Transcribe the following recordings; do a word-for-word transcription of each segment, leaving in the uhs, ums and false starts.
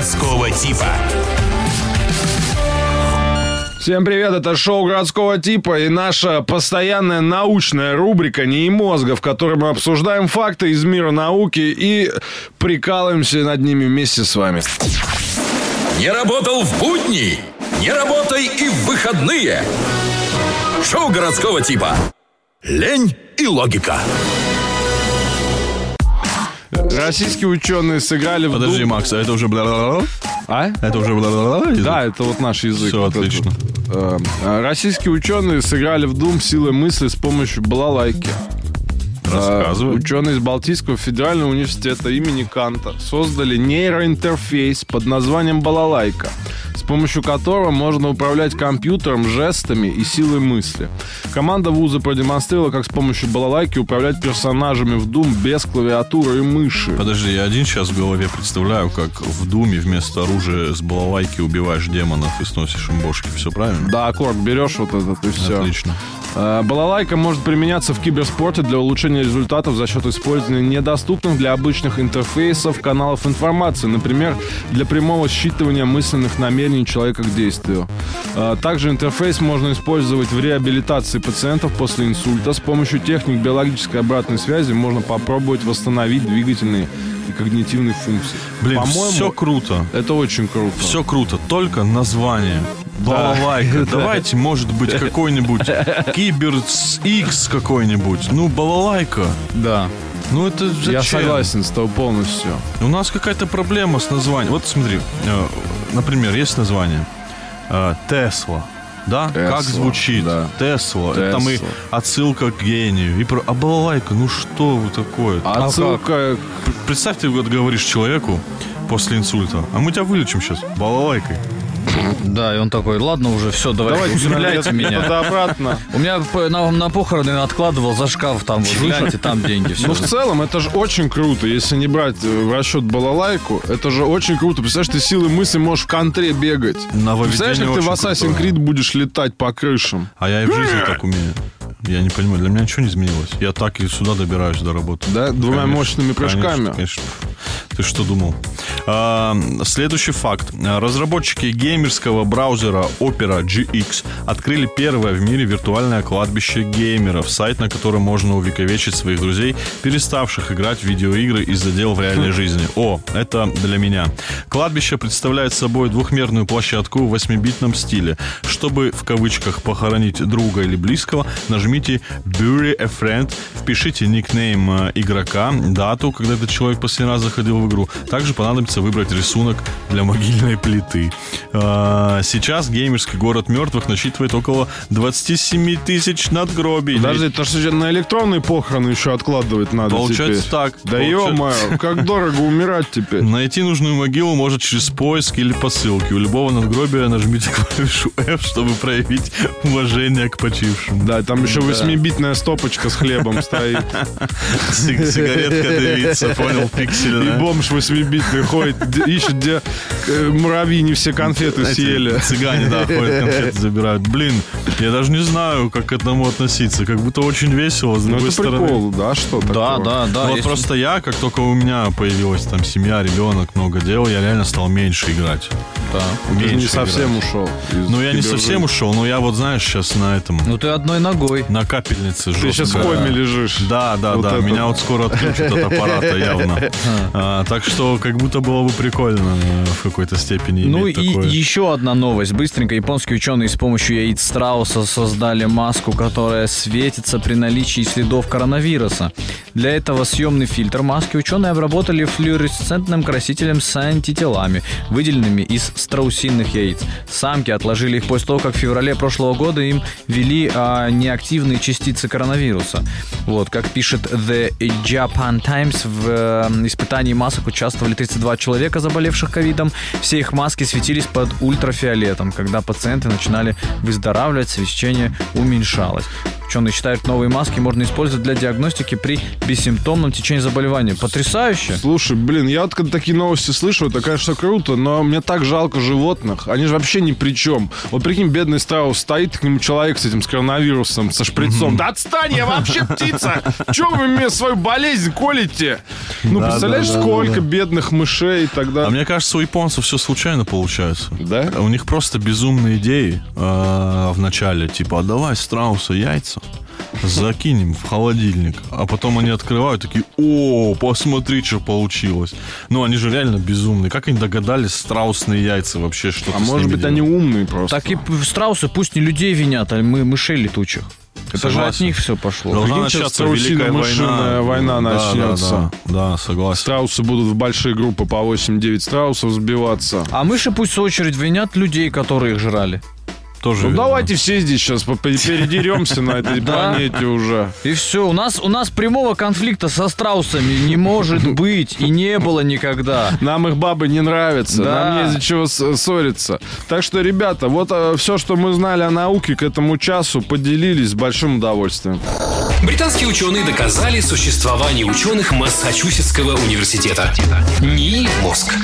городского типа. Всем привет, это шоу городского типа и наша постоянная научная рубрика «НИИ мозга», в которой мы обсуждаем факты из мира науки и прикалываемся над ними вместе с вами. Не работал в будни, не работай и в выходные. Шоу городского типа «Лень и логика». Российские ученые сыграли в Подожди, Doom... Макс, а это уже бла-бла-бла? А? Это уже бла-бла-бла язык? Да, это вот наш язык. Все вот отлично. Этот. Российские ученые сыграли в Doom силой мысли с помощью балалайки. Рассказывай. Ученые из Балтийского федерального университета имени Канта создали нейроинтерфейс под названием балалайка, с помощью которого можно управлять компьютером жестами и силой мысли. Команда вуза продемонстрировала, как с помощью балалайки управлять персонажами в Doom без клавиатуры и мыши. Подожди, я один сейчас в голове представляю, как в Думе вместо оружия с балалайки убиваешь демонов и сносишь им бошки. Все правильно? Да, аккорд берешь вот этот и все. Отлично. Балалайка может применяться в киберспорте для улучшения результатов за счет использования недоступных для обычных интерфейсов каналов информации, например, для прямого считывания мысленных намерений человека к действию. Также интерфейс можно использовать в реабилитации пациентов после инсульта. С помощью техник биологической обратной связи можно попробовать восстановить двигательные и когнитивные функции. Блин, по-моему, все круто. Это очень круто. Все круто, только название. Балалайка. Давайте, может быть, какой-нибудь Кибер X какой-нибудь. Ну, балалайка. Да. Ну, это зачем? Я согласен с тобой полностью. У нас какая-то проблема с названием. Вот смотри, э, например, есть название э, Тесла. Да? Tesla, как звучит? да. Тесла. Это там и отсылка к гению. И про... А балалайка, ну что вы такое? А отсылка... Представь, ты вот говоришь человеку после инсульта, а мы тебя вылечим сейчас балалайкой. Да, и он такой, ладно уже, все, давайте, устреляйте меня. Это обратно. У меня на, на похороны откладывал за шкаф, там, вот, гляньте, там деньги. Все. Ну, в целом, это же очень круто, если не брать в расчет балалайку. Это же очень круто. Представляешь, ты силой мысли можешь в контре бегать. Представляешь, как ты в Assassin's Creed будешь летать по крышам. А я и в жизни так умею. Я не понимаю, для меня ничего не изменилось. Я так и сюда добираюсь до работы. Да? Двумя конечно, мощными прыжками? Конечно, конечно. Ты что думал? А, следующий факт. Разработчики геймерского браузера Opera джи икс открыли первое в мире виртуальное кладбище геймеров. Сайт, на котором можно увековечить своих друзей, переставших играть в видеоигры из-за дел в реальной жизни. О, это для меня. Кладбище представляет собой двухмерную площадку в восьмибитном стиле. Чтобы, в кавычках, похоронить друга или близкого, нажмите Bury a Friend, впишите никнейм игрока, дату, когда этот человек последний раз заходил в игру. Также понадобится выбрать рисунок для могильной плиты. Сейчас геймерский город мертвых насчитывает около двадцать семь тысяч надгробий. Подожди, это же на электронные похороны еще откладывать надо. Получается теперь. так. Да ё-моё, как дорого умирать теперь. Найти нужную могилу может через поиск или по ссылке. У любого надгробия нажмите клавишу F, чтобы проявить уважение к почившим. Да, там еще восьмибитная стопочка с хлебом стоит. Сигаретка дымится, понял, пиксельная. И бомж восьмибитный ходит, ищет, где муравьи не все конфеты съели. Цыгане, да, ходят, конфеты забирают. Блин, я даже не знаю, как к этому относиться. Как будто очень весело, с другой стороны. Ну, это прикол, да, что такое? Да, да, да. Вот просто я, как только у меня появилась там семья, ребенок, много дел, я реально стал меньше играть. Да. Ты не совсем ушел. Ну, я не совсем ушел, но я вот, знаешь, сейчас на этом... Ну, ты одной ногой. На капельнице жестко. Ты сейчас в коме лежишь. Да, да, вот да. это. Меня вот скоро отключат от аппарата явно. а, так что как будто было бы прикольно в какой-то степени Ну иметь и такое. еще одна новость. Быстренько японские ученые с помощью яиц страуса создали маску, которая светится при наличии следов коронавируса. Для этого съемный фильтр маски ученые обработали флуоресцентным красителем с антителами, выделенными из страусиных яиц. Самки отложили их после того, как в феврале прошлого года им ввели а, неактивные частицы коронавируса. Вот, как пишет The Japan Times, в э, испытании масок участвовали тридцать два человека, заболевших ковидом. Все их маски светились под ультрафиолетом. Когда пациенты начинали выздоравливать, свечение уменьшалось. Ученые считают, новые маски можно использовать для диагностики при бессимптомном течении заболевания. Потрясающе. Слушай, блин, я вот когда такие новости слышу, это, конечно, круто, но мне так жалко животных. Они же вообще ни при чем. Вот прикинь, бедный страус стоит, к нему человек с этим, с коронавирусом, со шприцом. Да отстань, я вообще птица! Чего вы мне свою болезнь колите? Ну, Да, представляешь, да, да, сколько да, да. бедных мышей и так далее. А мне кажется, у японцев все случайно получается. Да? У них просто безумные идеи э, в начале. Типа, а давай страуса яйца закинем в холодильник. А потом они открывают, такие, о, посмотри, что получилось. Ну, они же реально безумные. Как они догадались страусные яйца вообще что-то А с может ними быть, они делать? умные просто. Так и п- страусы пусть не людей винят, а мы мышей летучих. Это же от Согласен. них все пошло. Должна Прикинь, сейчас начаться Великая страусино-мышиная война. война Да, начнется. Да, да, да, согласен. Страусы будут в большие группы по восемь-девять страусов сбиваться. А мыши пусть в очередь винят людей, которые их жрали. Тоже Ну верно. давайте все здесь сейчас по- передеремся на этой Да. планете уже. И все, у нас, у нас прямого конфликта со страусами не может быть и не было никогда. Нам их бабы не нравятся, Да. нам не из-за чего с- ссориться. Так что, ребята, вот все, что мы знали о науке к этому часу, поделились с большим удовольствием. Британские ученые доказали существование ученых Массачусетского университета. НИИ «Мозг».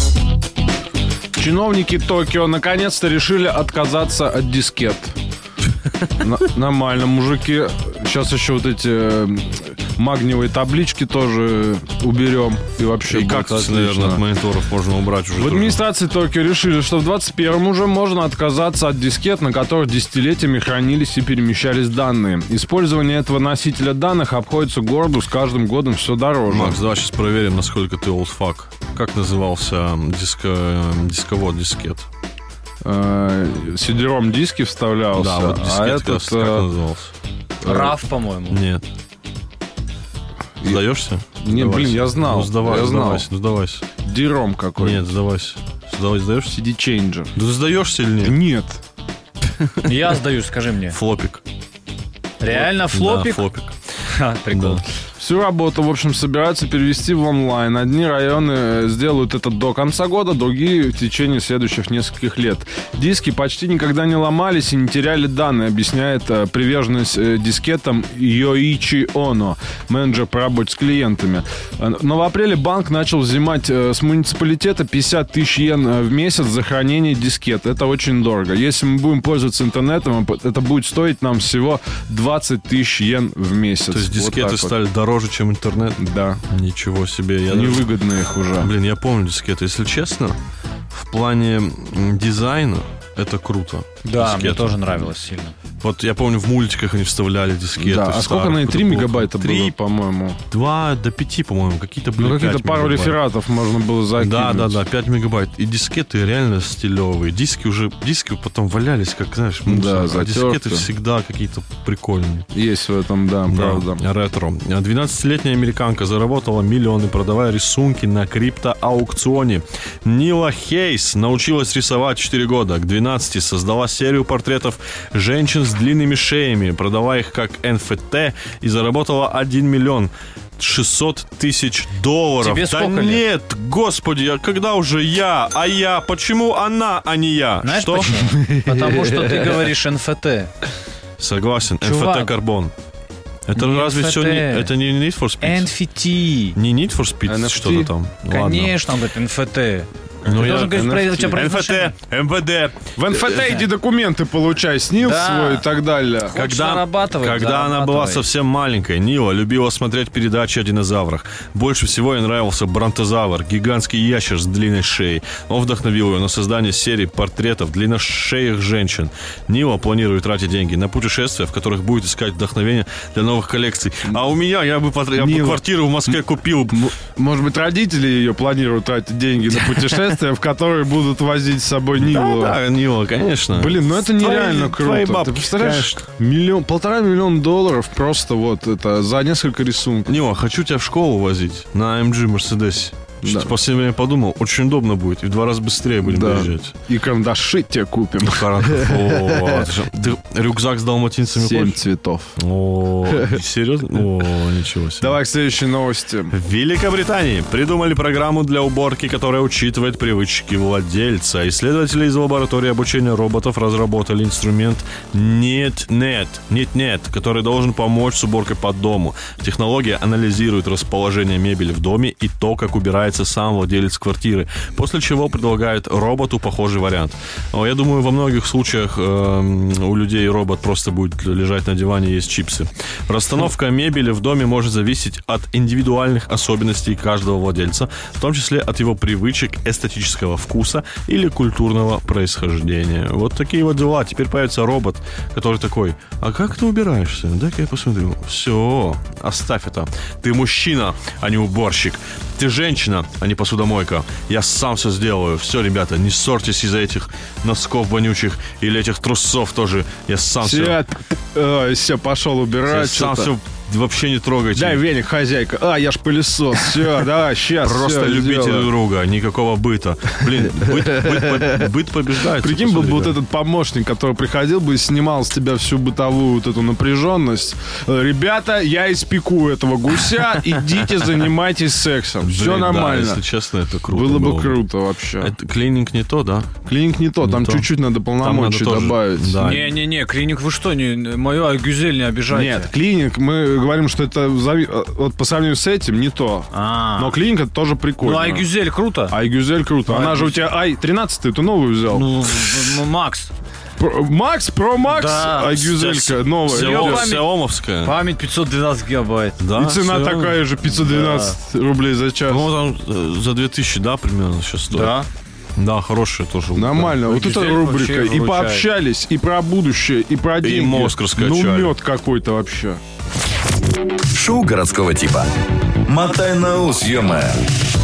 Чиновники Токио наконец-то решили отказаться от дискет. Н- Нормально, мужики. Сейчас еще вот эти э, магниевые таблички тоже уберем. И вообще И будет как, отлично. наверное, от мониторов можно убрать уже В тоже. администрации Токио решили, что в двадцать первом уже можно отказаться от дискет, на которых десятилетиями хранились и перемещались данные. Использование этого носителя данных обходится городу с каждым годом все дороже. Макс, давай сейчас проверим, насколько ты олдфак. Как назывался диско... дисковод, дискет? Э, Сидером диски вставлялся, Да, вот а дискет этот... как, как э, назывался? Раф, по-моему. Нет. Сдаешься? Не, Сдавайся. блин, я знал. Ну, сдавай, Я знал. сдавайся, ну, сдавайся. Диром какой. Нет, сдавайся. Сдавай, сдаешься? си ди-чейнджер. Да ты сдаешься или нет? Нет. Я сдаюсь, скажи мне. Флопик. Реально флопик? Да, флопик. Ха, прикол. Да. Всю работу, в общем, собираются перевести в онлайн. Одни районы сделают это до конца года, другие в течение следующих нескольких лет. Диски почти никогда не ломались и не теряли данные, объясняет э, приверженность э, дискетам Йоичи Оно, менеджер по работе с клиентами. Э, Но в апреле банк начал взимать э, с муниципалитета пятьдесят тысяч йен э, в месяц за хранение дискет. Это очень дорого. Если мы будем пользоваться интернетом, это будет стоить нам всего двадцать тысяч йен в месяц. То есть Вот дискеты так вот. стали дороже, чем интернет? Да. Ничего себе. Я даже- Невыгодно их уже. Блин, я помню дискеты. Если честно, в плане м, дизайна это круто. Да, мне Дискеты. тоже нравилось сильно. Вот я помню, в мультиках они вставляли дискеты. Да, а в сколько старых на и три футболках. мегабайта было, Три, по-моему? два до пяти, по-моему. Какие-то были Ну, какие-то пять пару мегабайт. рефератов можно было закинуть. Да, да, да, пять мегабайт. И дискеты реально стилевые. Диски уже, диски потом валялись, как, знаешь, мусор. Да, а затёрты. дискеты всегда какие-то прикольные. Есть в этом, да, правда. Да, ретро. двенадцатилетняя американка заработала миллионы, продавая рисунки на криптоаукционе. Нила Хейс научилась рисовать четыре года. К двенадцати создала серию портретов женщин с длинными шеями, продавая их как эн эф ти, и заработала один миллион шестьсот тысяч долларов. Тебе да сколько лет? нет, господи, а когда уже я, а я? Почему она, а не я? Знаешь Что? почему? Потому что ты говоришь эн эф ти. Согласен, Чувак. эн эф ти карбон. Это Не разве эн эф ти. все не... Это не Need for Speed? эн эф ти. Не Need for Speed, эн эф ти? что-то там. Ладно. Конечно, он говорит эн эф ти. Ну, Ты я- должен говорить про- у тебя эн эф ти, произношение. эм вэ дэ. В эн эф ти иди документы получай, снил Да. свой и так далее. Хочешь Когда, зарабатывать, когда она была зарабатывай. совсем маленькой, Нила любила смотреть передачи о динозаврах. Больше всего ей нравился бронтозавр, гигантский ящер с длинной шеей. Он вдохновил ее на создание серии портретов длинношеих женщин. Нила планирует тратить деньги на путешествия, в которых будет искать вдохновение для новых коллекций. А у меня, я бы, потр- я бы Нила. квартиру в Москве купил. М- Может быть, родители ее планируют тратить деньги на путешествия, в которые будут возить с собой Нилу. Да, да, Нила, конечно. Блин, ну это нереально Твои- круто. твои бабки, Ты представляешь, конечно. миллион, полтора миллиона долларов просто вот это за несколько рисунков. Нила, хочу тебя в школу возить на эм джи Мерседесе. Да. В последнее время подумал, очень удобно будет, и в два раза быстрее будем Да. доезжать. И карандаши тебе купим. О, ты же- Ты рюкзак с далматинцами Семь хочешь? цветов. О, серьезно? О, ничего себе. Давай к следующей новости. В Великобритании придумали программу для уборки, которая учитывает привычки владельца. Исследователи из лаборатории обучения роботов разработали инструмент NetNet, NetNet, который должен помочь с уборкой по дому. Технология анализирует расположение мебели в доме и то, как убирается сам владелец квартиры, после чего предлагает роботу похожий вариант. Но я думаю, во многих случаях э, у людей робот просто будет лежать на диване и есть чипсы. Расстановка мебели в доме может зависеть от индивидуальных особенностей каждого владельца, в том числе от его привычек, эстетического вкуса или культурного происхождения. Вот такие вот дела. Теперь появится робот, который такой: а как ты убираешься? Дай-ка я посмотрю. Все, оставь это. Ты мужчина, а не уборщик. Ты женщина, а не посудомойка. Я сам все сделаю. Все, ребята, не ссорьтесь из-за этих носков вонючих или этих трусов тоже. Я сам все... Все, все, пошел убирать. сам что-то. все вообще не трогайте. Дай веник, хозяйка. А, я ж пылесос. Все, давай, сейчас. Просто любите друг друга, никакого быта. Блин, быт, быт, быт побеждает. Прикинь, был бы вот этот помощник, который приходил бы и снимал с тебя всю бытовую вот эту напряженность. Ребята, я испеку этого гуся, идите занимайтесь сексом. Все Блин, нормально. Да, если честно, это круто. Было бы было круто вообще. Это клининг не то, да? Клиник не то, Не там то. чуть-чуть надо полномочий Там надо тоже- добавить. да. Не-не-не, клиник, вы что, не, мою Айгюзель не обижайте. Нет, клиник, мы говорим, что это зави- вот по сравнению с этим не то. А. Но клиник это тоже прикольно. Ну, Айгюзель круто. Айгюзель круто. Она же у тебя ай тринадцать, ты новую взял. Ну, в- в- Макс, Про- Макс, про Макс, Да. Айгюзелька новая. Её Сяо- память- Сяомовская. память пятьсот двенадцать гигабайт. Да, И цена всё. такая же, пятьсот двенадцать рублей за час. По-моему, там э, за две тысячи, да, примерно сейчас стоит. Да. Да, хорошая тоже. Нормально. Вот эта Айгюзель рубрика. вообще И выручает. пообщались, и про будущее, и про деньги. мозг раскачали. Ну, мед какой-то вообще. Шоу городского типа. Мотай на ус, ё-моё.